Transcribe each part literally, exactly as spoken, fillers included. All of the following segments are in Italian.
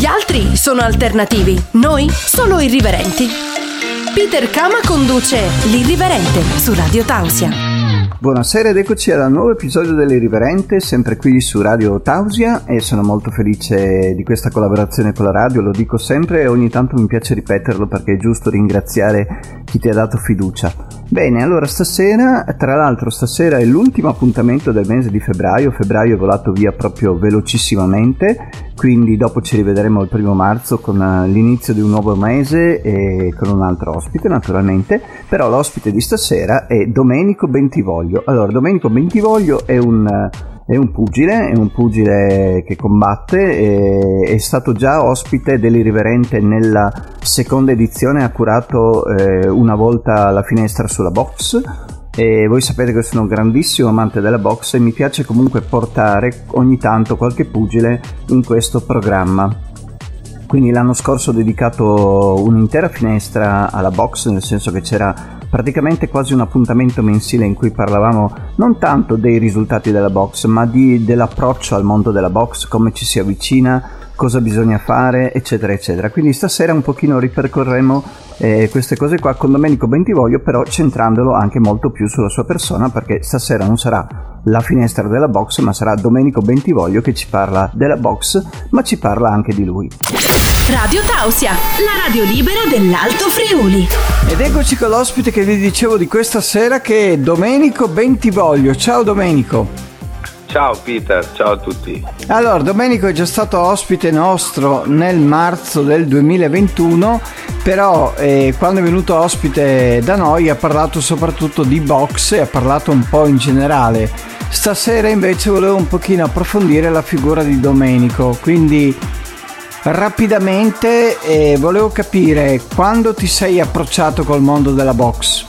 Gli altri sono alternativi, noi solo irriverenti. Peter Kama conduce L'Irriverente su Radio Tausia. Buonasera ed eccoci al nuovo episodio dell'Irriverente, sempre qui su Radio Tausia, e sono molto felice di questa collaborazione con la radio, lo dico sempre e ogni tanto mi piace ripeterlo perché è giusto ringraziare chi ti ha dato fiducia. Bene, allora stasera, tra l'altro stasera è l'ultimo appuntamento del mese di febbraio, febbraio è volato via proprio velocissimamente, quindi dopo ci rivedremo il primo marzo con l'inizio di un nuovo mese e con un altro ospite naturalmente, però l'ospite di stasera è Domenico Bentivoglio. Allora, Domenico Bentivoglio è un, è un pugile, è un pugile che combatte, è, è stato già ospite dell'Irriverente nella seconda edizione, ha curato eh, una volta la finestra sulla box. E voi sapete che sono un grandissimo amante della box e mi piace comunque portare ogni tanto qualche pugile in questo programma. Quindi l'anno scorso ho dedicato un'intera finestra alla box, nel senso che c'era praticamente quasi un appuntamento mensile in cui parlavamo non tanto dei risultati della box, ma di, dell'approccio al mondo della box, come ci si avvicina, cosa bisogna fare, eccetera eccetera. Quindi stasera un pochino ripercorremo eh, queste cose qua con Domenico Bentivoglio, però centrandolo anche molto più sulla sua persona, perché stasera non sarà la finestra della box, ma sarà Domenico Bentivoglio che ci parla della box, ma ci parla anche di lui. Radio Tausia, la radio libera dell'Alto Friuli. Ed eccoci con l'ospite che vi dicevo di questa sera, che è Domenico Bentivoglio. Ciao Domenico. Ciao Peter, ciao a tutti. Allora, Domenico è già stato ospite nostro nel marzo del duemilaventuno, però eh, quando è venuto ospite da noi ha parlato soprattutto di box e ha parlato un po' in generale. Stasera invece volevo un pochino approfondire la figura di Domenico, quindi rapidamente eh, volevo capire quando ti sei approcciato col mondo della box.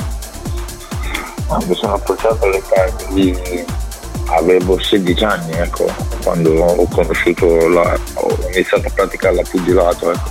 Mi sono approcciato all'età di avevo sedici anni, ecco, quando ho conosciuto la, ho iniziato a praticare la pugilato, ecco.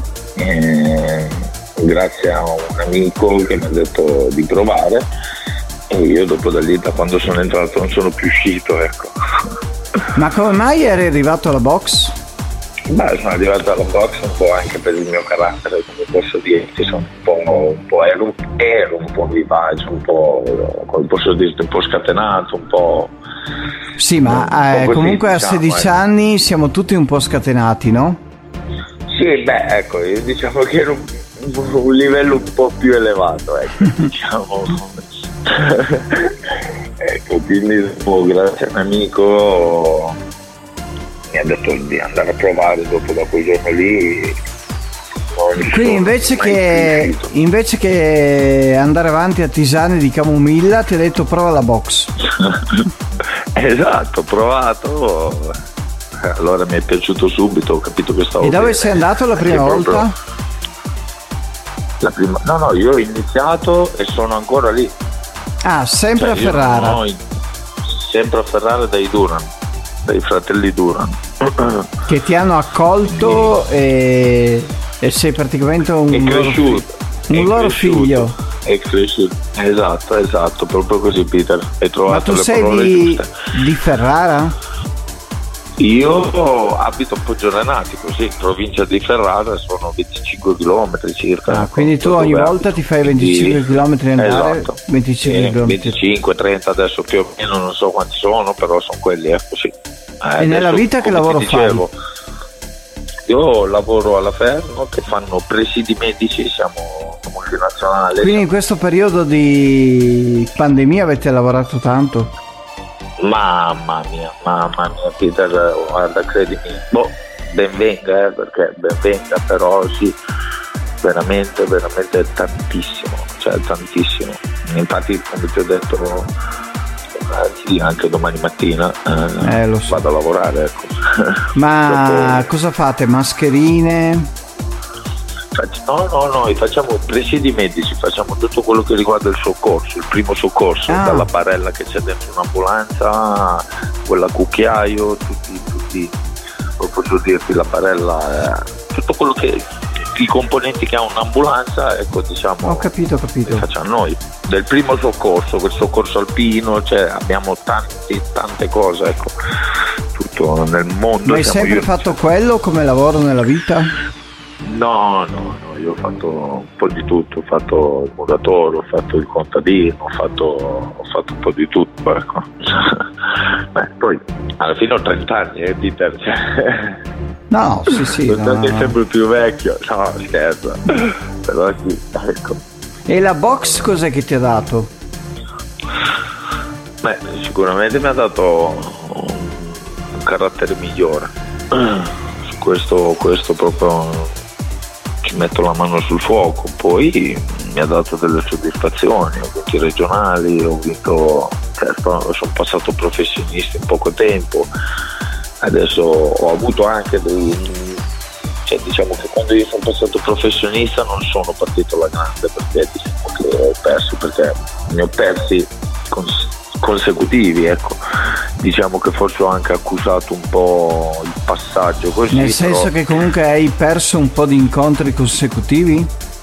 E grazie a un amico che mi ha detto di provare, e io dopo da lì, da quando sono entrato, non sono più uscito, ecco. Ma come mai eri arrivato alla box? Beh, sono arrivato alla box un po' anche per il mio carattere, come posso dirti, sono un po', un po' ero, ero un po' vivace, un po', come posso dirti, un po' scatenato, un po'. Sì, ma eh, così, comunque diciamo, a sedici ecco. anni siamo tutti un po' scatenati, no? Sì, beh, ecco, io diciamo che ero un, un livello un po' più elevato, ecco, diciamo. Ecco, quindi grazie a un amico mi ha detto di andare a provare dopo da quel giorno lì. Quindi invece che, invece che andare avanti a tisane di camomilla ti ha detto prova la box. Esatto, ho provato, allora mi è piaciuto subito, ho capito che stavo E dove bene. sei andato la prima proprio... volta? La prima... No, no, io ho iniziato e sono ancora lì. Ah, sempre cioè, a Ferrara? Ho... Sempre a Ferrara dai Duran, dai fratelli Duran. Che ti hanno accolto e, e sei praticamente un è loro, cresciuto, un è loro cresciuto, figlio. È cresciuto, esatto, esatto, proprio così Peter. Hai trovato Ma tu le sei parole di, giuste. di Ferrara? Io abito a Poggiorenatico, sì, in provincia di Ferrara, sono venticinque chilometri circa. Ah, quindi tu ogni volta ti fai venticinque chilometri andare, esatto. venticinque chilometri. venticinque trenta adesso più o meno, non so quanti sono, però sono quelli, ecco sì. Eh, e nella vita che lavoro dicevo, fai? Io lavoro alla Fermo, che fanno presidi medici, siamo multinazionali. Quindi in questo periodo di pandemia avete lavorato tanto? Mamma mia, mamma mia Peter, guarda, credimi, boh, ben venga, eh, perché ben venga, però sì, veramente, veramente tantissimo, cioè tantissimo. Infatti, come ti ho detto, eh, sì, anche domani mattina eh, eh, lo so. vado a lavorare, ecco. Ma dopo... cosa fate? Mascherine? No, no, noi facciamo presidi medici, facciamo tutto quello che riguarda il soccorso, il primo soccorso, ah. dalla barella che c'è dentro un'ambulanza, quella cucchiaio, tutti, tutti, come posso dirti, la barella, eh, tutto quello che, i componenti che ha un'ambulanza, ecco, diciamo. Ho capito, ho capito. Li facciamo noi. Del primo soccorso, quel soccorso alpino, cioè abbiamo tanti, tante cose, ecco. tutto nel mondo. Ma hai sempre fatto quello come lavoro nella vita? No, no, no, io ho fatto un po' di tutto, ho fatto il muratore, ho fatto il contadino, ho fatto, ho fatto un po' di tutto, ecco. Beh, poi alla fine ho trenta anni, eh, Peter, cioè... No, sì, sì. Non no, no. no. sempre più vecchio, no, scherzo, però sì, ecco. E la box cos'è che ti ha dato? Beh, sicuramente mi ha dato un carattere migliore. Su questo, questo proprio ci metto la mano sul fuoco. Poi mi ha dato delle soddisfazioni, ho vinto i regionali, ho vinto, certo, sono passato professionista in poco tempo, adesso ho avuto anche dei, cioè diciamo che quando io sono passato professionista non sono partito alla grande, perché diciamo che ho perso, perché ne ho persi cons- consecutivi, ecco. Diciamo che forse ho anche accusato un po' il passaggio così. Nel senso però... che comunque hai perso un po' di incontri consecutivi?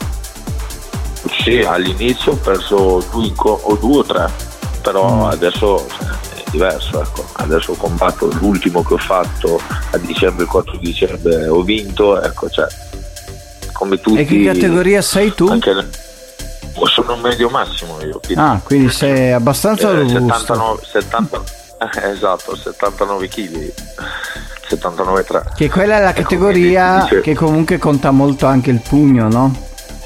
Sì, all'inizio ho perso due inco- o due o tre, però mm. adesso cioè, è diverso, ecco. Adesso combatto l'ultimo che ho fatto a dicembre, il quattro dicembre ho vinto, ecco, cioè come tutti. E che categoria sei tu? Anche sono un medio massimo io. Ah, quindi sei abbastanza eh, robusto. settantanove, settanta, eh, esatto, settantanove chili, settantanove virgola tre. Che quella è la categoria dice... che comunque conta molto anche il pugno, no?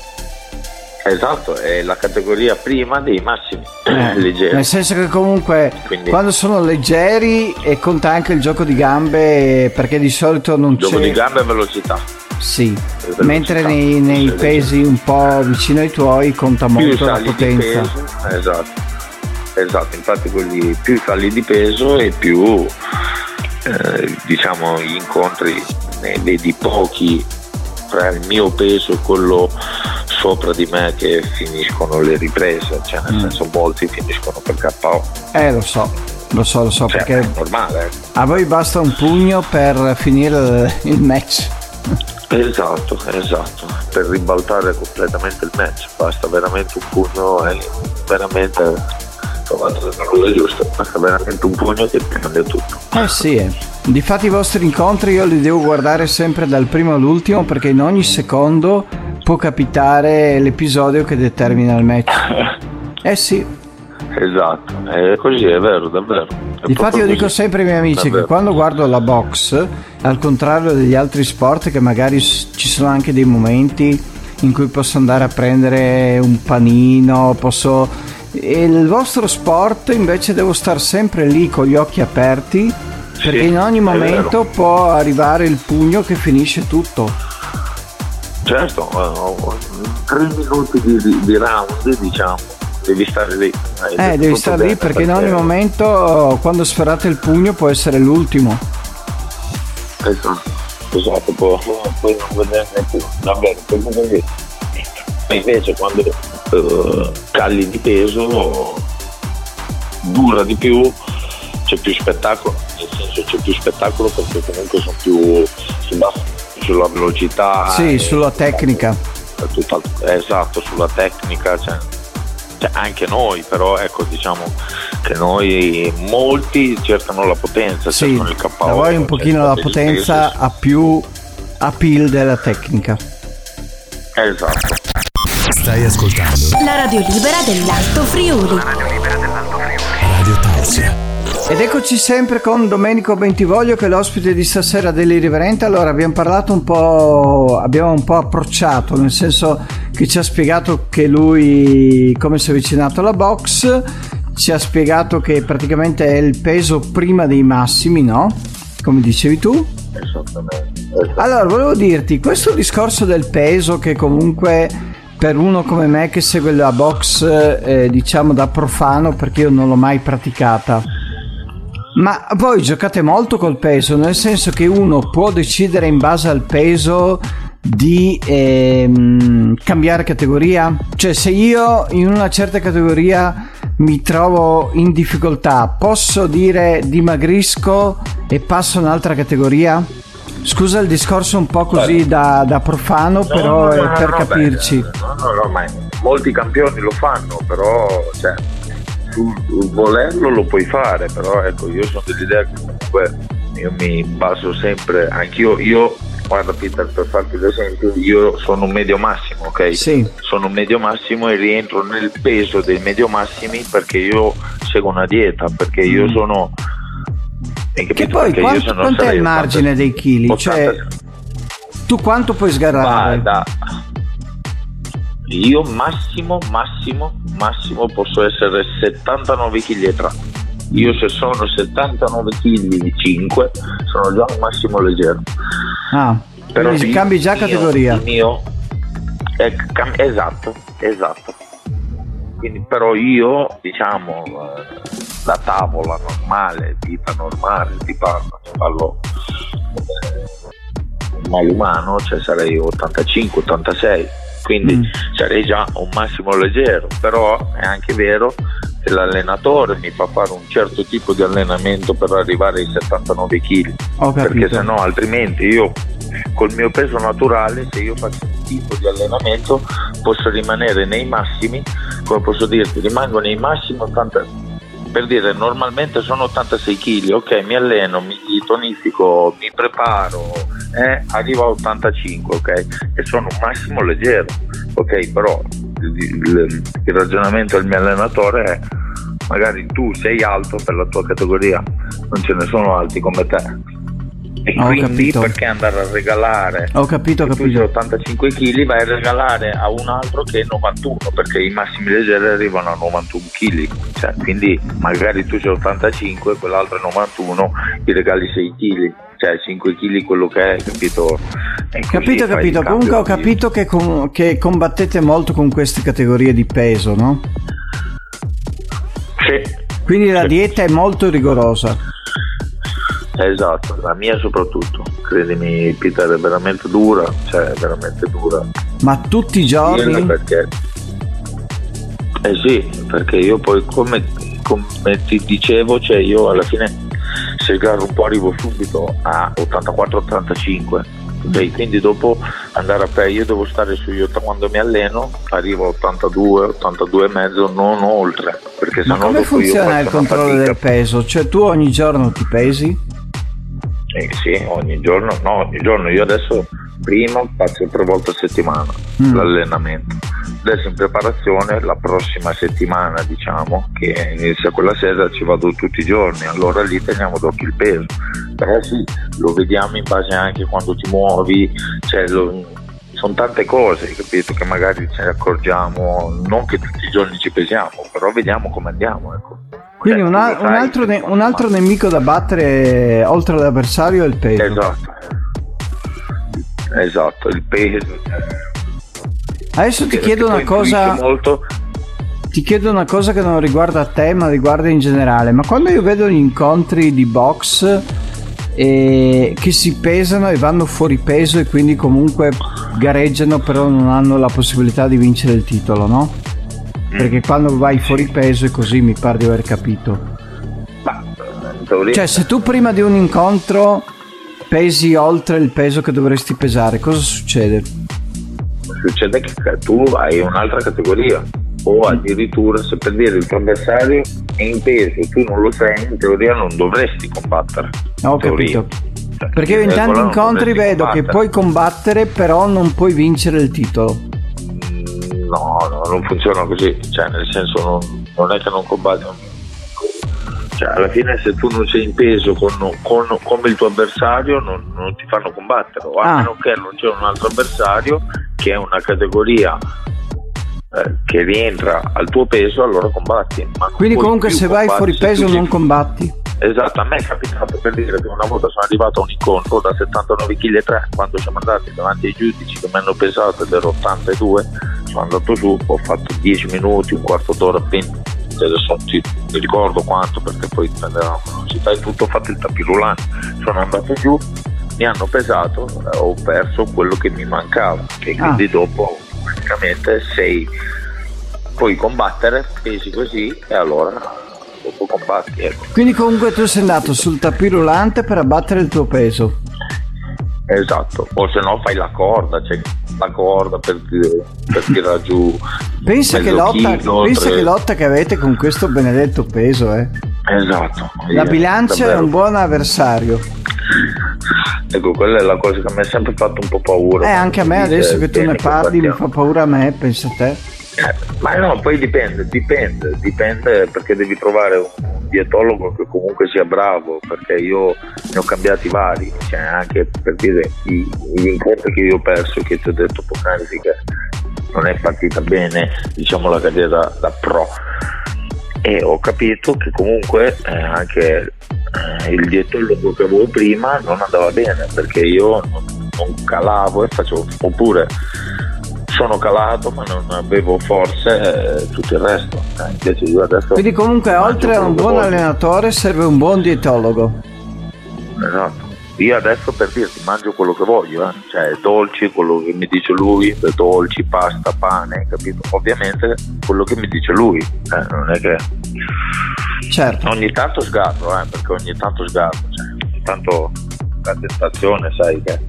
Esatto, è la categoria prima dei massimi eh, leggeri. Nel senso che comunque Quindi, quando sono leggeri e conta anche il gioco di gambe, perché di solito non gioco c'è... di gambe e velocità. Sì, velocità. mentre nei, nei pesi un po' vicino ai tuoi conta molto la potenza. Di peso, esatto, esatto, infatti quelli più sali di peso e più eh, diciamo gli incontri ne vedi pochi tra il mio peso e quello sopra di me che finiscono le riprese, cioè nel mm. senso molti finiscono per K O. Eh lo so, lo so, lo so, cioè, perché è normale. Eh. A voi basta un pugno per finire il match. Esatto, esatto, per ribaltare completamente il match, basta veramente un pugno e veramente trovate le parole giuste, basta veramente un pugno che cambia tutto. Eh sì, eh. Difatti i vostri incontri io li devo guardare sempre dal primo all'ultimo, perché in ogni secondo può capitare l'episodio che determina il match. Eh sì. Esatto, è così, è vero, davvero. È Infatti io così. dico sempre ai miei amici davvero. che quando guardo la box, al contrario degli altri sport, che magari ci sono anche dei momenti in cui posso andare a prendere un panino, posso... E il vostro sport invece devo stare sempre lì con gli occhi aperti, perché sì, in ogni momento può arrivare il pugno che finisce tutto. Certo, tre minuti di, di round, diciamo, devi stare lì. Eh, devi stare lì perché, perché in ogni momento quando sferrate il pugno può essere l'ultimo. Esatto, esatto, poi, poi non vederne più, davvero, così. Invece quando uh, cali di peso dura di più, c'è più spettacolo, nel senso c'è più spettacolo perché comunque sono più sulla, sulla velocità. Sì, e, sulla tecnica. Tutta, esatto, sulla tecnica, cioè, cioè anche noi, però ecco diciamo che noi molti cercano la potenza, sì, cercano il K O. Da voi un pochino la potenza ha più appeal della tecnica. Esatto. Stai ascoltando la radio libera dell'Alto Friuli. La radio libera dell'Alto Friuli. Radio Tausia. Ed eccoci sempre con Domenico Bentivoglio, che è l'ospite di stasera dell'Irriverente. Allora abbiamo parlato un po', abbiamo un po' approcciato, nel senso che ci ha spiegato che lui come si è avvicinato alla box, ci ha spiegato che praticamente è il peso prima dei massimi, no? Come dicevi tu? Esattamente. Allora volevo dirti, questo discorso del peso, che comunque per uno come me che segue la box eh, diciamo da profano, perché io non l'ho mai praticata, ma voi giocate molto col peso, nel senso che uno può decidere in base al peso di ehm, cambiare categoria? Cioè se io in una certa categoria mi trovo in difficoltà, posso dire dimagrisco e passo a un'altra categoria? Scusa il discorso un po' così da, da profano, no, però no, no, è per no, capirci. Beh, no, no, no, ma molti campioni lo fanno, però cioè, sul volerlo lo puoi fare, però ecco, io sono dell'idea che comunque io mi baso sempre, anch'io, io, guarda Peter, per farti l'esempio, io sono un medio massimo, ok? Sì. Sono un medio massimo e rientro nel peso dei medio massimi perché io seguo una dieta, perché io mm. sono... Che poi perché quanto, io quanto è il margine ottanta, dei chili? ottanta, cioè, tu quanto puoi sgarrare? Vada. Io massimo, massimo, massimo posso essere settantanove chili e tre. Io se sono settantanove chili e cinque sono già un massimo leggero. Ah, però quindi cambi già mio, categoria. Il mio è, cam- esatto, esatto. Quindi però io, diciamo, la tavola normale, vita normale, ti parlo, ti parlo eh, mal umano, cioè sarei ottantacinque ottantasei, quindi mm. sarei già un massimo leggero, però è anche vero che l'allenatore mi fa fare un certo tipo di allenamento per arrivare ai settantanove chili, perché se no altrimenti io col mio peso naturale, se io faccio un tipo di allenamento posso rimanere nei massimi, come posso dirti, rimango nei massimi ottanta, per dire normalmente sono ottantasei chili, ok, mi alleno, mi tonifico, mi preparo, eh, arrivo a ottantacinque, ok, e sono un massimo leggero, ok, però il, il, il ragionamento del mio allenatore è: magari tu sei alto per la tua categoria, non ce ne sono alti come te. E ho quindi capito. Perché andare a regalare? Ho capito, ho capito. Tu ottantacinque chili vai a regalare a un altro che è novantuno, perché i massimi leggeri arrivano a novantuno chili, cioè, quindi magari tu sei ottantacinque, quell'altro è novantuno, gli regali sei chili, cioè cinque chili quello che è, capito? E capito, capito. Comunque ho capito che, com- che combattete molto con queste categorie di peso, no? Sì. Quindi la sì. dieta è molto rigorosa. Esatto, la mia soprattutto, credimi Peter, è veramente dura, cioè è veramente dura. Ma tutti i giorni? Perché, eh sì, perché io poi come, come ti dicevo, cioè io alla fine se sgarro un po' arrivo subito a ottantaquattro ottantacinque, okay? Quindi dopo andare a pe- io devo stare sugli ottanta, quando mi alleno arrivo a ottantadue ottantadue e mezzo, non oltre, perché ma come funziona il controllo del peso? Cioè tu ogni giorno ti pesi? Eh sì, ogni giorno, no, ogni giorno. Io adesso prima faccio tre volte a settimana mm. l'allenamento. Adesso in preparazione la prossima settimana, diciamo, che inizia quella sera, ci vado tutti i giorni, allora lì teniamo d'occhio il peso. Però sì, lo vediamo in base anche quando ti muovi, cioè lo, sono tante cose, capito, che magari ce ne accorgiamo, non che tutti i giorni ci pesiamo, però vediamo come andiamo, ecco. Quindi un, a- un, altro ne- un altro nemico da battere oltre all'avversario è il peso. Esatto, esatto, il peso. Adesso ti chiedo una cosa molto... ti chiedo una cosa che non riguarda te ma riguarda in generale, ma quando io vedo gli incontri di box eh, che si pesano e vanno fuori peso e quindi comunque gareggiano però non hanno la possibilità di vincere il titolo, no? Perché quando vai fuori peso è così, mi pare di aver capito. Ma, cioè se tu prima di un incontro pesi oltre il peso che dovresti pesare, cosa succede? Succede che tu hai un'altra categoria, o addirittura, se per dire il tuo avversario è in peso, tu non lo sei, in teoria non dovresti combattere. Ho capito. Cioè, perché io in tanti incontri vedo combattere. Che puoi combattere però non puoi vincere il titolo. No, no, non funziona così, cioè nel senso non, non è che non combatti, cioè alla fine se tu non sei in peso con, con, come il tuo avversario non, non ti fanno combattere, o a ah. meno che non c'è un altro avversario che è una categoria eh, che rientra al tuo peso, allora combatti. Ma quindi comunque se vai fuori peso non combatti? Esatto, a me è capitato, per dire, che una volta sono arrivato a un incontro da settantanove chili e tre, quando siamo andati davanti ai giudici che mi hanno pesato ed ero ottantadue, sono andato su, ho fatto dieci minuti, un quarto d'ora, venti, adesso non ti ricordo quanto perché poi dipende dalla velocità e tutto, ho fatto il tapirulano, sono andato giù, mi hanno pesato, eh, ho perso quello che mi mancava e quindi ah. dopo praticamente sei, puoi combattere, pesi così e allora dopo combatti, ecco. Quindi comunque tu sei andato sul tapirulante per abbattere il tuo peso. Esatto, o se no fai la corda, cioè la corda per, per tirare giù. Pensa che lotta, chilo, pensa che lotta che avete con questo benedetto peso, eh. Esatto. La bilancia davvero. È un buon avversario. Ecco, quella è la cosa che mi ha sempre fatto un po' paura. Eh, anche a me adesso che tu ne parli mi fa paura a me, pensa a te. Eh, ma no, poi dipende, dipende, dipende perché devi trovare un dietologo che comunque sia bravo, perché io ne ho cambiati vari, cioè anche per dire i, gli incontri che io ho perso, che ti ho detto poc'anzi che non è partita bene, diciamo, la carriera da pro, e ho capito che comunque eh, anche eh, il dietologo che avevo prima non andava bene, perché io non, non calavo e facevo, oppure sono calato ma non avevo forse eh, tutto il resto, eh, invece io adesso quindi comunque oltre a un buon voglio. allenatore serve un buon dietologo. Esatto, io adesso per dirti mangio quello che voglio, eh. Cioè dolci, quello che mi dice lui, dolci, pasta, pane, capito? Ovviamente quello che mi dice lui, eh, non è che certo, ogni tanto sgarro, eh, perché ogni tanto sgarro, cioè, ogni tanto la tentazione, sai che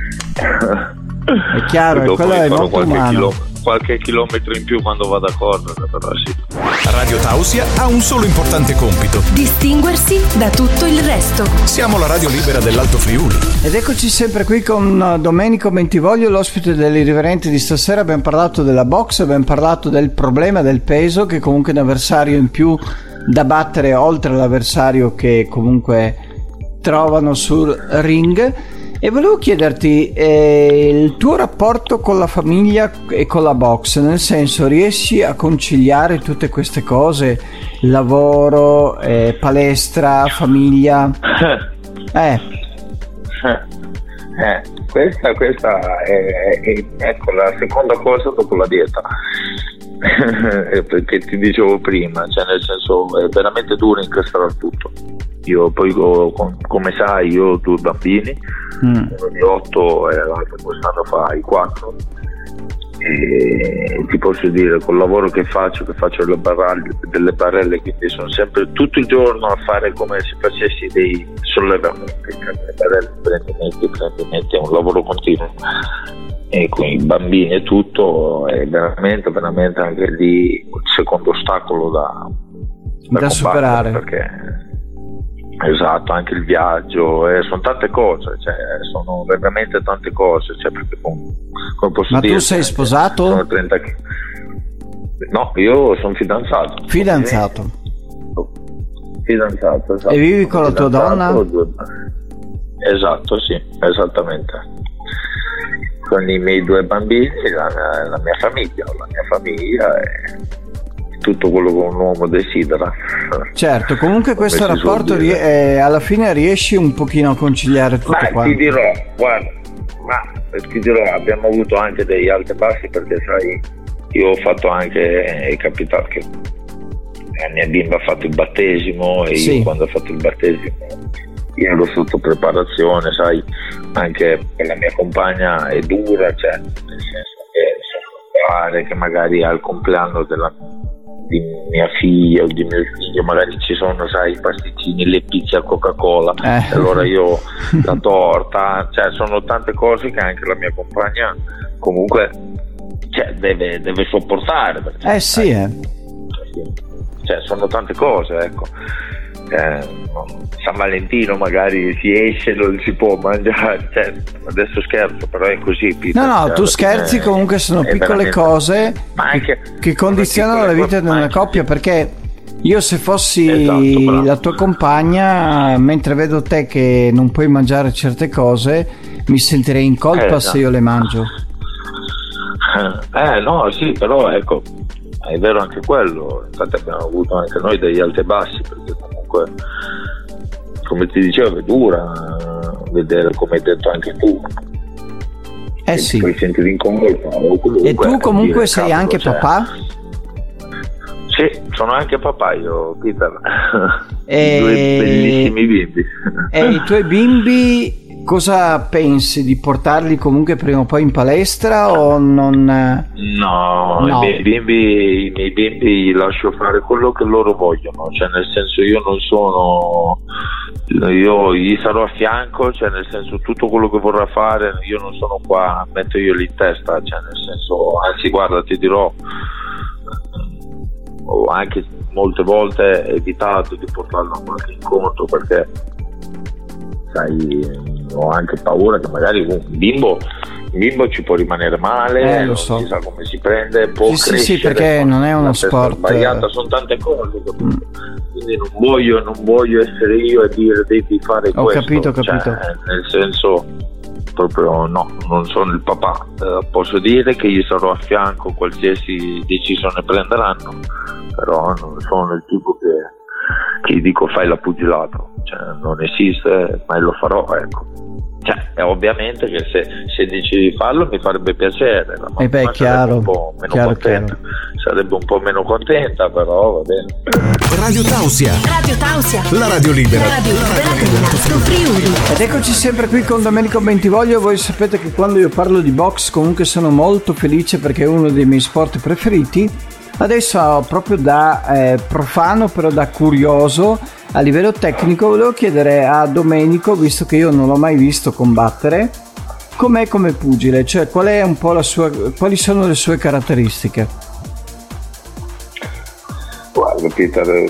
è chiaro, e quello è molto qualche, umano. chilo, qualche chilometro in più quando vado a correre, però sì. Radio Tausia ha un solo importante compito: distinguersi da tutto il resto. Siamo la radio libera dell'Alto Friuli. Ed eccoci sempre qui con Domenico Bentivoglio, l'ospite dell'Irriverenti di stasera. Abbiamo parlato della box, abbiamo parlato del problema del peso, che comunque è un avversario in più da battere oltre all'avversario che comunque trovano sul ring. E volevo chiederti eh, il tuo rapporto con la famiglia e con la box, nel senso, riesci a conciliare tutte queste cose, lavoro, eh, palestra, famiglia? Eh. eh questa, questa è, è, ecco, la seconda cosa dopo la dieta. Perché ti dicevo prima, cioè nel senso è veramente duro incastrare tutto. Io poi ho, come sai, io ho due bambini, mm. uno di otto e l'altro quest'anno fa i quattro, e ti posso dire, col lavoro che faccio, che faccio delle barelle, delle barelle, quindi sono sempre tutto il giorno a fare come se facessi dei sollevamenti, le barelle, prendi, metti, prendi, metti, è un lavoro continuo, e con i bambini e tutto è veramente, veramente anche lì il secondo ostacolo da, da, da superare, perché esatto, anche il viaggio, eh, sono tante cose, cioè sono veramente tante cose, cioè, perché come, come posso ma dire, tu sei sposato? Sono trenta... No, io sono fidanzato. Fidanzato? Fidanzato, esatto. E vivi con la tua donna? Due... Esatto, sì, esattamente. Con i miei due bambini, la, la mia famiglia, la mia famiglia e tutto quello che un uomo desidera. Certo, comunque questo rapporto rie- eh, alla fine riesci un pochino a conciliare tutto ma quanto. ti dirò, guarda, ma ti dirò, abbiamo avuto anche degli alti e bassi, perché sai, io ho fatto anche, è capitato che la mia bimba ha fatto il battesimo e sì. Io quando ho fatto il battesimo io ero sotto preparazione, sai, anche per la mia compagna è dura, cioè nel senso che, che magari al compleanno della di mia figlia o di mio figlio magari ci sono, sai, i pasticcini, le pizze a Coca-Cola, eh. Allora io la torta, cioè sono tante cose che anche la mia compagna comunque, cioè, deve, deve sopportare, perché, eh sì, eh. Cioè sono tante cose, ecco. Eh, San Valentino magari si esce, non si può mangiare, cioè, adesso scherzo, però è così, Peter, no no cioè, tu scherzi, comunque sono piccole cose anche, che condizionano la vita di una coppia, perché io se fossi esatto, la tua compagna, mentre vedo te che non puoi mangiare certe cose, mi sentirei in colpa eh, se io le mangio. Eh no, sì, però ecco, è vero anche quello, infatti abbiamo avuto anche noi degli alti e bassi, perché comunque, come ti dicevo, è dura vedere, come hai detto anche tu, eh e sì, poi sentire in colpa, o comunque, e tu comunque dire, sei cavolo, anche cioè, papà? Sì, sono anche papà io, Peter. E... due bellissimi bimbi. E i tuoi bimbi cosa pensi di portarli comunque prima o poi in palestra o non? No, no. I miei bimbi, i miei bimbi lascio fare quello che loro vogliono, cioè nel senso io non sono, io gli sarò a fianco, cioè nel senso tutto quello che vorrà fare io non sono qua, metto io lì in testa, cioè nel senso, anzi guarda, ti dirò, ho anche molte volte evitato di portarlo a qualche incontro, perché sai, ho anche paura che magari un bimbo il bimbo ci può rimanere male, eh, lo non so. si sa come si prende, può sì, crescere, sì, sì, perché non è uno sport sbagliata, sono tante cose, mm. quindi non voglio, non voglio essere io a dire devi fare ho questo, capito, ho capito. Cioè, nel senso proprio no, non sono il papà, eh, posso dire che gli sarò a fianco qualsiasi decisione prenderanno, però non sono il tipo che, che gli dico fai la pugilato, cioè non esiste, mai lo farò, ecco. Cioè, è ovviamente che se, se decidi di farlo mi farebbe piacere, la mamma eh beh, chiaro, sarebbe un po' meno chiaro, contenta, chiaro. sarebbe un po' meno contenta, però va bene. Radio Tausia, Radio Tausia, la radio libera, la radio libera dell'Alto Friuli. Ed eccoci sempre qui con Domenico Bentivoglio. Voi sapete che quando io parlo di box comunque sono molto felice perché è uno dei miei sport preferiti. Adesso proprio da eh, profano, però da curioso a livello tecnico, volevo chiedere a Domenico, visto che io non l'ho mai visto combattere, com'è come pugile, cioè qual è un po' la sua, quali sono le sue caratteristiche? Guarda Peter, eh,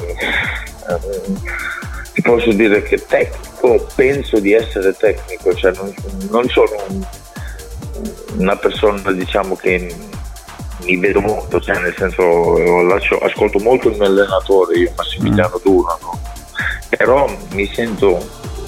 ti posso dire che tecnico, penso di essere tecnico, cioè non, non sono un, una persona, diciamo, che mi vedo molto, cioè nel senso lascio, ascolto molto il mio allenatore, io Massimiliano mm. Duro, no? Però mi sento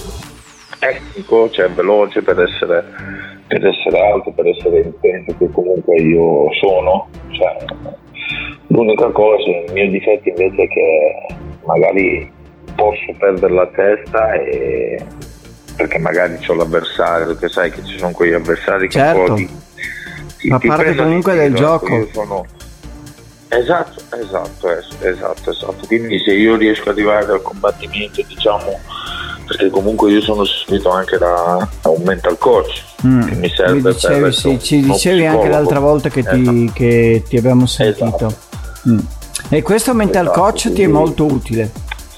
tecnico, cioè veloce per essere, per essere alto, per essere intenso, che comunque io sono, cioè, l'unica cosa, il mio difetto invece è che magari posso perdere la testa e perché magari c'ho l'avversario, che sai che ci sono quegli avversari che certo. un po' di ma parte comunque del gioco. Io sono... esatto, esatto, esatto, esatto. Quindi se io riesco ad arrivare al combattimento, diciamo, perché comunque io sono seguito anche da, da un mental coach mm. che mi serve. Mi dicevi, per sì, ci dicevi anche l'altra volta che ti, esatto. che ti abbiamo sentito. Esatto. Mm. E questo mental esatto, coach quindi... ti è molto utile.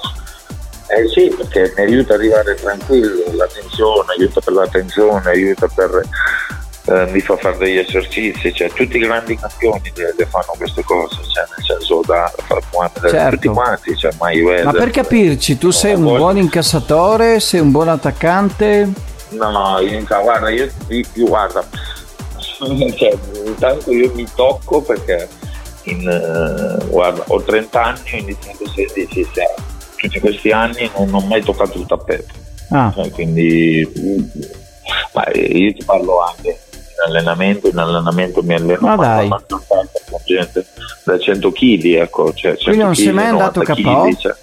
Eh sì, perché mi aiuta ad arrivare tranquillo, la tensione, aiuta per la tensione, aiuta per eh, mi fa fare degli esercizi, cioè tutti i grandi campioni le, le fanno queste cose, cioè nel senso da far muovere certo. tutti quanti, cioè Mayweather. Ma per capirci, tu sei un buon incassatore, sei un buon attaccante? No, io, guarda, io, io, io guarda, cioè, intanto io mi tocco perché in, uh, guarda, ho trenta anni, ho iniziato a sedici, cioè, tutti questi anni non ho mai toccato il tappeto, ah. cioè, quindi ma io ti parlo anche in allenamento, in allenamento mi alleno ah, dai. con gente da cento chili, ecco, cioè cento quindi non chili, sei mai andato K O? Cioè.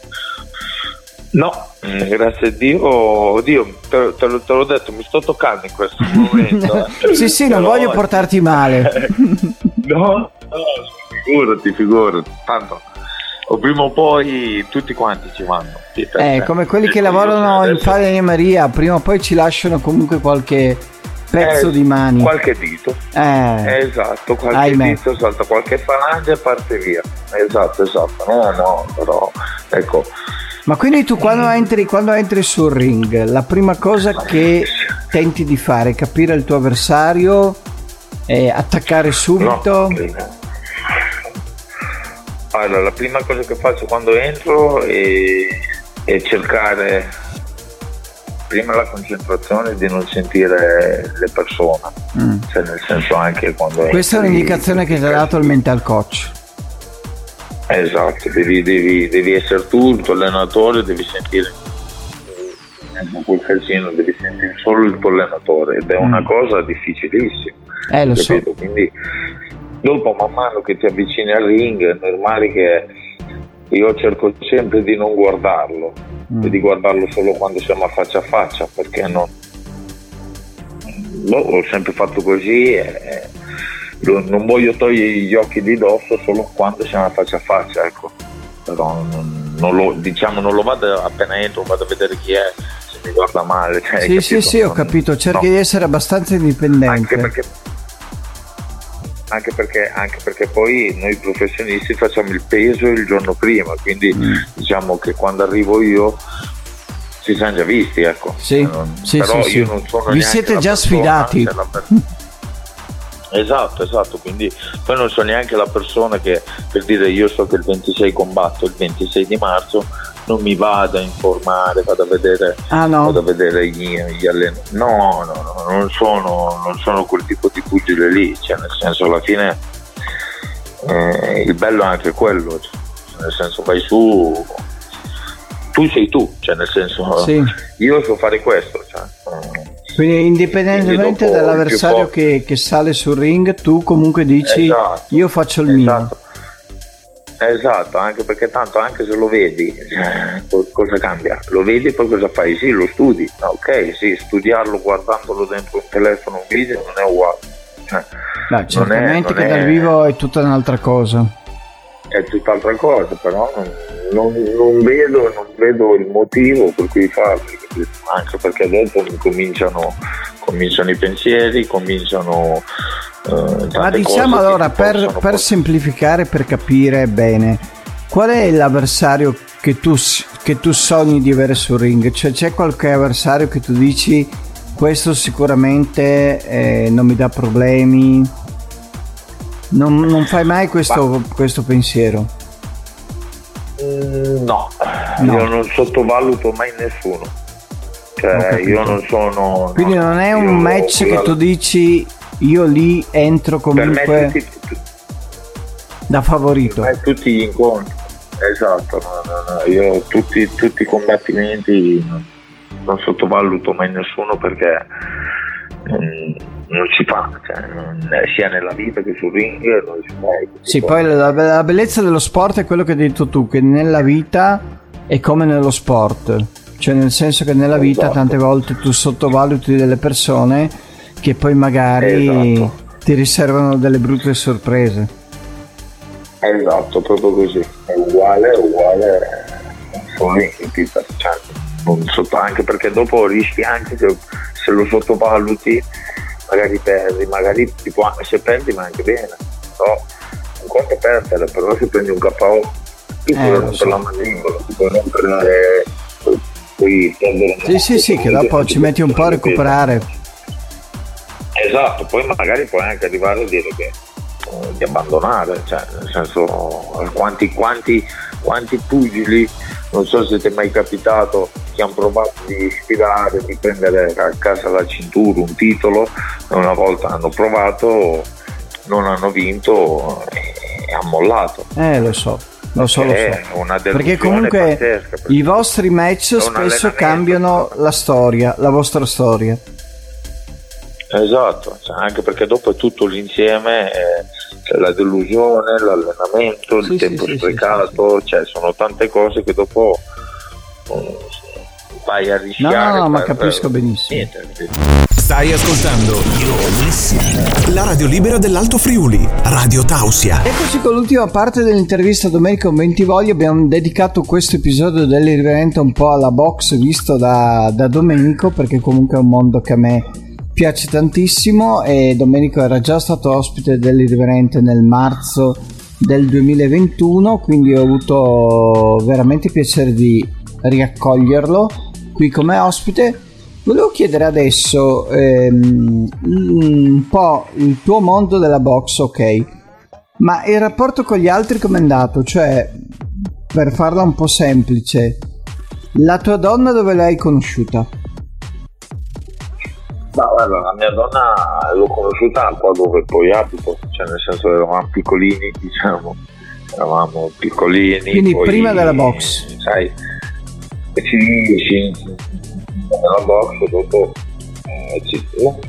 No, grazie a Dio, oddio, te, te, te l'ho detto, mi sto toccando in questo momento. Eh. sì, sì, non Però, voglio portarti male. no, no, figurati, figurati, tanto o prima o poi tutti quanti ci vanno. Eh, come quelli che lavorano in Faglia Maria, prima o poi ci lasciano comunque qualche pezzo eh, di mani. Qualche dito. Eh, esatto, qualche ahimè. dito, salta qualche falange e parte via. Esatto, esatto. No, no, però ecco. Ma quindi tu quando entri, quando entri sul ring, la prima cosa che tenti di fare è capire il tuo avversario, e attaccare subito? No. Allora, la prima cosa che faccio quando entro è, è cercare prima la concentrazione di non sentire le persone, mm. cioè nel senso anche quando questa entri, è un'indicazione che ti ha dato il mental coach. Esatto, devi, devi, devi essere tu il tuo allenatore, devi sentire in quel casino, devi sentire solo il tuo allenatore ed è mm. una cosa difficilissima, eh lo capito? So. Quindi dopo man mano che ti avvicini al ring è normale che io cerco sempre di non guardarlo mm. e di guardarlo solo quando siamo a faccia a faccia, perché non boh, ho sempre fatto così e non voglio togliere gli occhi di dosso solo quando siamo a faccia a faccia, ecco. Però non, non lo, diciamo non lo vado appena entro, vado a vedere chi è, se mi guarda male, cioè, sì sì sì ho capito, cerchi no. di essere abbastanza indipendente, anche perché Anche perché, anche perché poi noi professionisti facciamo il peso il giorno prima, quindi mm. diciamo che quando arrivo io ci siamo già visti, ecco. Sì, non, sì, però sì, io sì. non sono Vi siete già persona, sfidati. Esatto, esatto, quindi poi non so neanche la persona che, per dire, io so che il ventisei combatto, il ventisei di marzo, non mi vado a informare, vado a vedere, ah, no. vado a vedere gli, gli allenatori. No, no, no, non sono, non sono quel tipo di pugile lì, cioè nel senso alla fine eh, il bello è anche quello, cioè, nel senso vai su, tu sei tu, cioè nel senso sì. io so fare questo, cioè, eh, quindi indipendentemente quindi dall'avversario che, che sale sul ring, tu comunque dici esatto, io faccio il esatto. mio. Esatto, anche perché tanto anche se lo vedi, eh, cosa cambia? Lo vedi e poi cosa fai? Sì, lo studi, ok, sì, studiarlo guardandolo dentro un telefono, un video non è uguale. Eh, Beh, certamente non è, non che è, dal vivo è tutta un'altra cosa. È tutt'altra cosa, però non, non, non, vedo, non vedo il motivo per cui farlo, anche perché dopo cominciano, cominciano i pensieri, cominciano... Uh, Ma diciamo allora per, per semplificare, per capire bene, qual è l'avversario che tu, che tu sogni di avere sul ring? Cioè c'è qualche avversario che tu dici questo sicuramente eh, non mi dà problemi, non, non fai mai questo, questo pensiero? Mm, no. no, io non sottovaluto mai nessuno, cioè io non sono... Quindi no, non è un match che tu dici io lì entro comunque per me tutti, tutti, da favorito. Per me tutti gli incontri, esatto, no, no, no. Io tutti, tutti i combattimenti non, non sottovaluto mai nessuno perché non, non si fa, cioè, non, sia nella vita che sul ring non si fa. Sì, poi la, la bellezza dello sport è quello che hai detto tu, che nella vita è come nello sport, cioè nel senso che nella vita esatto. tante volte tu sottovaluti delle persone che poi magari esatto. ti riservano delle brutte sorprese. Esatto, proprio così, è uguale, è uguale, cioè, non sotto, anche perché dopo rischi anche che se lo sottovaluti magari perdi, magari tipo, se perdi va anche bene, no? Un conto è perdere, però se prendi un K O ti puoi rompere so. la mandibola, ti puoi rompere, puoi perdere. Sì, sì, sì, che dopo ci metti un po' a recuperare. Esatto, poi magari puoi anche arrivare a dire che eh, di abbandonare, cioè nel senso quanti, quanti, quanti pugili, non so se ti è mai capitato, che hanno provato di sfidare, di prendere a casa la cintura, un titolo, una volta hanno provato, non hanno vinto e hanno mollato. Eh lo so, lo so, lo so. Una perché comunque pazzesca, perché i vostri match spesso cambiano la storia, la vostra storia. Esatto, cioè, anche perché dopo è tutto l'insieme, eh, cioè la delusione, l'allenamento, sì, il tempo sì, sprecato, sì, sì, cioè sono tante cose che dopo um, vai a rischiare. No, no, no, ma per, capisco per, benissimo. Niente. Stai ascoltando la radio libera dell'Alto Friuli, Radio Tausia. Eccoci con l'ultima parte dell'intervista a Domenico Bentivogli. Abbiamo dedicato questo episodio dell'irriverente un po' alla box visto da, da Domenico, perché comunque è un mondo che a me piace tantissimo e Domenico era già stato ospite dell'irriverente nel marzo del duemilaventuno, quindi ho avuto veramente piacere di riaccoglierlo qui come ospite. Volevo chiedere adesso ehm, un po' il tuo mondo della box, ok, ma il rapporto con gli altri com'è andato? Cioè, per farla un po' semplice, la tua donna dove l'hai conosciuta? Ma guarda, la mia donna l'ho conosciuta un po' dove poi abito, cioè nel senso eravamo piccolini, diciamo, eravamo piccolini. Quindi poi, prima della box? Sai, sì, sì, nella box dopo, eh, ci, no,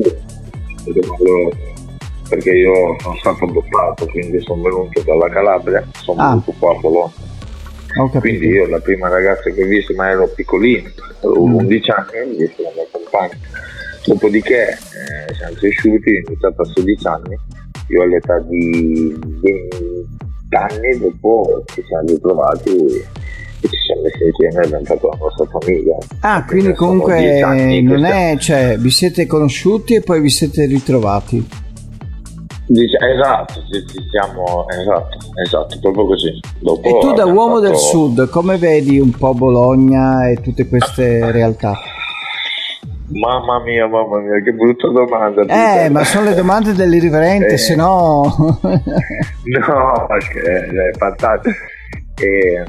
perché io sono stato adottato, quindi sono venuto dalla Calabria, sono ah. venuto qua a Bologna. Quindi io la prima ragazza che ho visto, ma ero piccolino, avevo mm. undici anni, ho visto la mia compagna. Dopodiché eh, siamo cresciuti, ho iniziato a sedici anni, io all'età di venti anni dopo ci siamo ritrovati e ci siamo messi insieme, è diventata la nostra famiglia. Ah, quindi comunque non è, cioè vi siete conosciuti e poi vi siete ritrovati? Dice, esatto, ci, ci siamo, esatto, esatto, proprio così. Dopo e tu da uomo fatto... del sud, come vedi un po' Bologna e tutte queste realtà? Mamma mia, mamma mia, che brutta domanda. Eh, ma sono le domande dell'irriverente, eh, se no... no, è fantastico. Eh,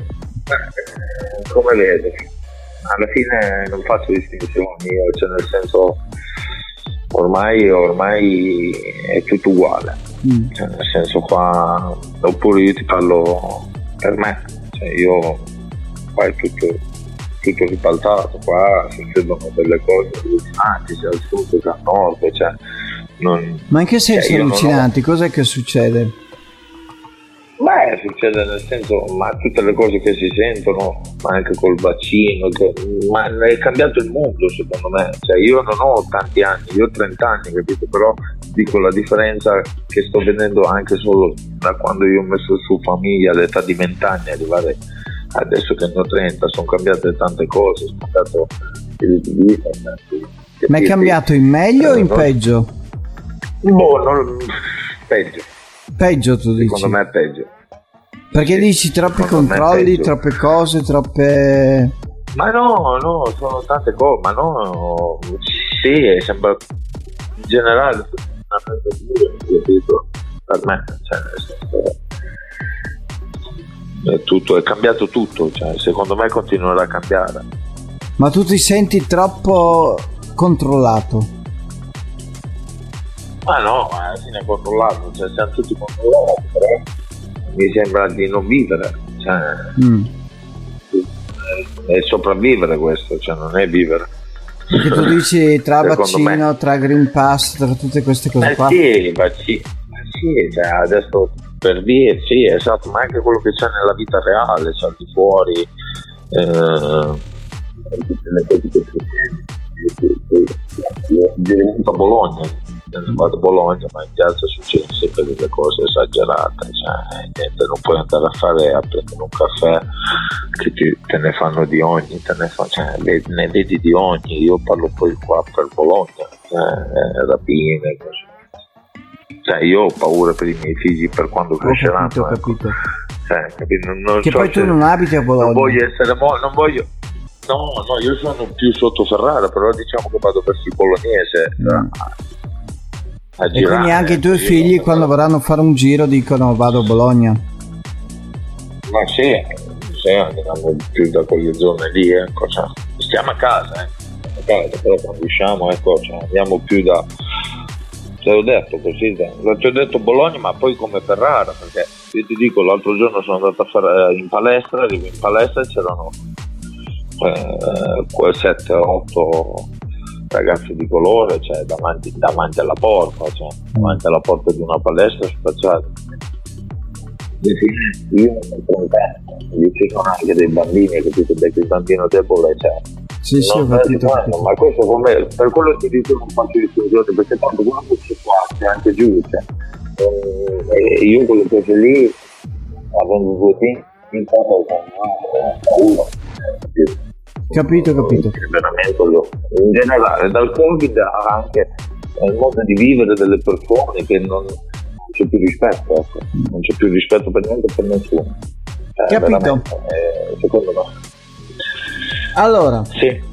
Eh, come vedi, alla fine non faccio distinzioni, io, cioè nel senso ormai ormai è tutto uguale, mm. cioè nel senso qua, oppure io ti parlo per me, cioè io qua è tutto, tutto ribaltato, qua succedono delle cose allucinanti sia al sud che al nord, cioè non, ma in che senso cioè, allucinanti? Ho... Cos'è che succede? Beh, succede nel senso, ma tutte le cose che si sentono, ma anche col vaccino, che, ma è cambiato il mondo secondo me, cioè io non ho tanti anni, io ho trenta anni, capito? Però dico la differenza che sto vedendo anche solo da quando io ho messo su famiglia all'età di venti anni, arrivare adesso che ne ho trenta, sono cambiate tante cose, è cambiato il vita. Ma è cambiato in meglio o in peggio? Boh, non... peggio. Peggio tu dici? Secondo me è peggio. Perché sì, dici troppi controlli, troppe cose, troppe... Ma no, no, sono tante cose, ma no, sì, sembra in generale per me, cioè, è tutto, è cambiato tutto, cioè, secondo me continuerà a cambiare. Ma tu ti senti troppo controllato? Ma no, alla fine è controllato, cioè siamo tutti controllati, però mi sembra di non vivere, cioè mm. è sopravvivere questo, cioè non è vivere. Perché tu dici tra vaccino, me. tra Green Pass, tra tutte queste cose eh qua? Sì, vaccino, sì, cioè adesso per dire, sì, esatto, ma anche quello che c'è nella vita reale, cioè al di fuori, eh, tutte le cose che succedono. A Bologna. Vado a Bologna, ma in piazza succedono sempre delle cose esagerate, cioè niente, non puoi andare a fare a prendere un caffè che ti, te ne fanno di ogni, te ne, fa, cioè, ne vedi di ogni. Io parlo poi qua per Bologna, cioè, rapine, così. Cioè io ho paura per i miei figli per quando cresceranno. Ho capito, ho capito. Cioè, capito? Non, non che so poi tu non abiti a Bologna. Non voglio essere mo- non voglio no, no, io sono più sotto Ferrara, però diciamo che vado verso il bolognese. Mm. E girare, quindi anche i tuoi figli quando vorranno fare un giro dicono vado a Bologna? Ma sì, sì, andiamo più da quelle zone lì, ecco, cioè, stiamo a casa, eh. a casa, però quando usciamo, ecco, cioè, andiamo più da, te l'ho detto così, ti ho detto Bologna, ma poi come Ferrara, perché io ti dico, l'altro giorno sono andato a fare in palestra, arrivo in palestra e c'erano eh, sette otto ragazzi di colore, cioè davanti, davanti alla porta, cioè davanti alla porta di una palestra spacciata. Io non sono contento, ci sono anche dei bambini, capito, perché il bambino debole, cioè sì, sì, ho capito, ma, ma questo come, per quello che dico non faccio discussione, perché tanto quello che c'è qua c'è anche giù, cioè, e io quello che c'è lì avendo due team in casa con uno. Capito, capito. Veramente in generale dal Covid anche il modo di vivere delle persone che non, non c'è più rispetto, ecco. Non c'è più rispetto per niente e per nessuno. Cioè, capito. Eh, secondo me. Allora. Sì.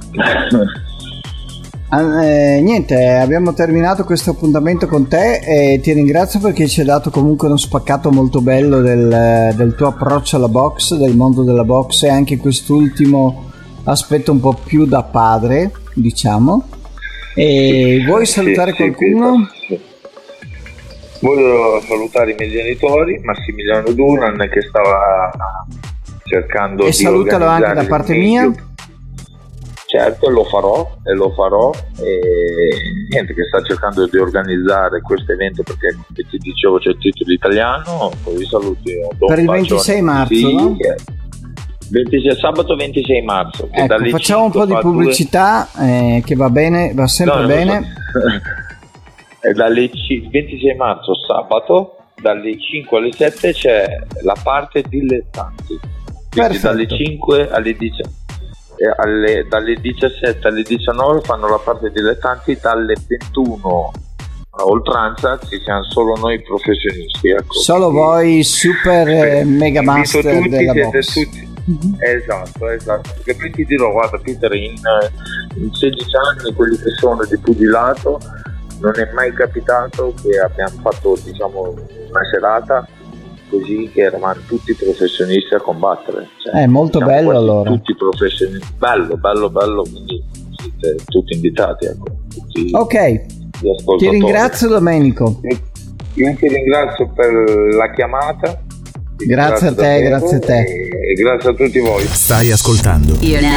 Eh, niente, abbiamo terminato questo appuntamento con te e ti ringrazio perché ci hai dato comunque uno spaccato molto bello del, del tuo approccio alla box, del mondo della box e anche quest'ultimo aspetto un po' più da padre, diciamo. E sì, vuoi salutare sì, qualcuno? Sì, sì. Voglio salutare i miei genitori, Massimiliano Duran che stava cercando e di salutalo anche da parte mia. Certo, lo farò e lo farò e niente, che sta cercando di organizzare questo evento perché come ti dicevo c'è il titolo italiano, poi saluti per il ventisei marzo, sì, no? ventisei, sabato ventisei marzo. Ecco, facciamo un po' di pubblicità due... eh, che va bene, va sempre no, bene. So. Dalle ventisei marzo sabato dalle cinque alle sette c'è la parte dilettanti. Quindi dalle cinque alle diciannove. Alle, dalle diciassette alle diciannove fanno la parte dilettanti, dalle ventuno a oltranza ci siamo solo noi professionisti, ecco. Solo quindi, voi super eh, mega master tutti, della siete box. Tutti, mm-hmm. Esatto, esatto. Perché poi ti dirò, guarda Peter, in, in sedici anni quelli che sono di pugilato non è mai capitato che abbiamo fatto diciamo una serata così che eravamo tutti professionisti a combattere. Cioè, è molto bello allora. Tutti professionisti, bello, bello, bello, quindi siete tutti invitati. Ecco, tutti ok, ti ringrazio Domenico. Io ti ringrazio per la chiamata. Grazie a te, grazie a te. E grazie a tutti voi. Stai ascoltando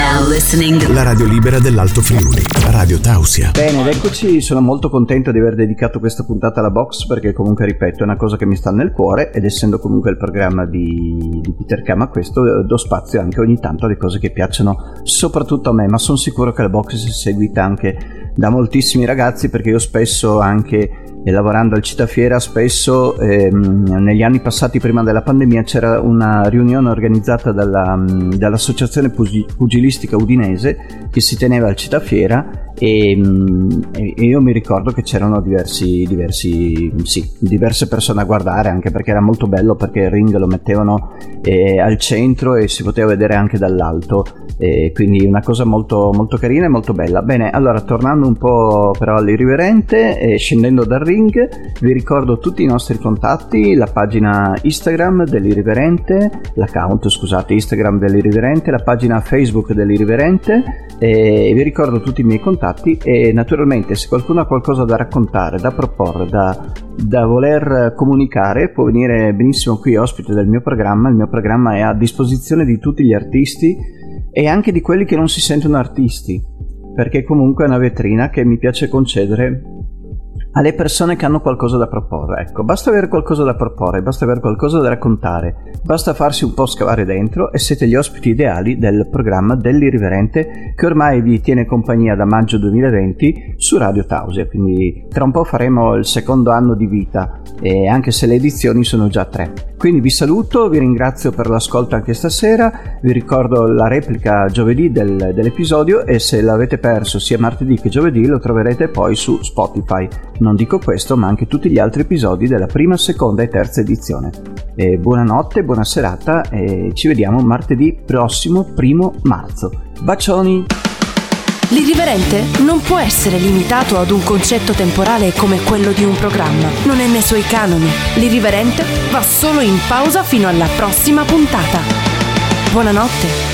la radio libera dell'Alto Friuli, Radio Tausia. Bene, ed eccoci, sono molto contento di aver dedicato questa puntata alla box, perché comunque, ripeto, è una cosa che mi sta nel cuore, ed essendo comunque il programma di, di Peter Kama, questo do spazio anche ogni tanto alle cose che piacciono soprattutto a me, ma sono sicuro che la box sia seguita anche da moltissimi ragazzi, perché io spesso anche e lavorando al Citafiera spesso ehm, negli anni passati prima della pandemia c'era una riunione organizzata dalla, dall'associazione pugilistica udinese che si teneva al Citafiera e, e io mi ricordo che c'erano diversi, diversi sì, diverse persone a guardare, anche perché era molto bello, perché il ring lo mettevano eh, al centro e si poteva vedere anche dall'alto, e quindi una cosa molto, molto carina e molto bella. Bene, allora tornando un po' però all'irriverente e scendendo dal ring, vi ricordo tutti i nostri contatti, la pagina Instagram dell'Irriverente, l'account scusate Instagram dell'Irriverente, la pagina Facebook dell'Irriverente, e vi ricordo tutti i miei contatti, e naturalmente se qualcuno ha qualcosa da raccontare, da proporre, da, da voler comunicare, può venire benissimo qui ospite del mio programma. Il mio programma è a disposizione di tutti gli artisti e anche di quelli che non si sentono artisti, perché comunque è una vetrina che mi piace concedere alle persone che hanno qualcosa da proporre. Ecco, basta avere qualcosa da proporre, basta avere qualcosa da raccontare, basta farsi un po' scavare dentro e siete gli ospiti ideali del programma dell'Irriverente, che ormai vi tiene compagnia da maggio duemilaventi su Radio Tausia, quindi tra un po' faremo il secondo anno di vita, e anche se le edizioni sono già tre. Quindi vi saluto, vi ringrazio per l'ascolto anche stasera, vi ricordo la replica giovedì del, dell'episodio, e se l'avete perso sia martedì che giovedì lo troverete poi su Spotify. Non dico questo, ma anche tutti gli altri episodi della prima, seconda e terza edizione. E buonanotte, buona serata, e ci vediamo martedì prossimo, primo marzo. Bacioni! L'irriverente non può essere limitato ad un concetto temporale come quello di un programma. Non è nei suoi canoni. L'irriverente va solo in pausa fino alla prossima puntata. Buonanotte.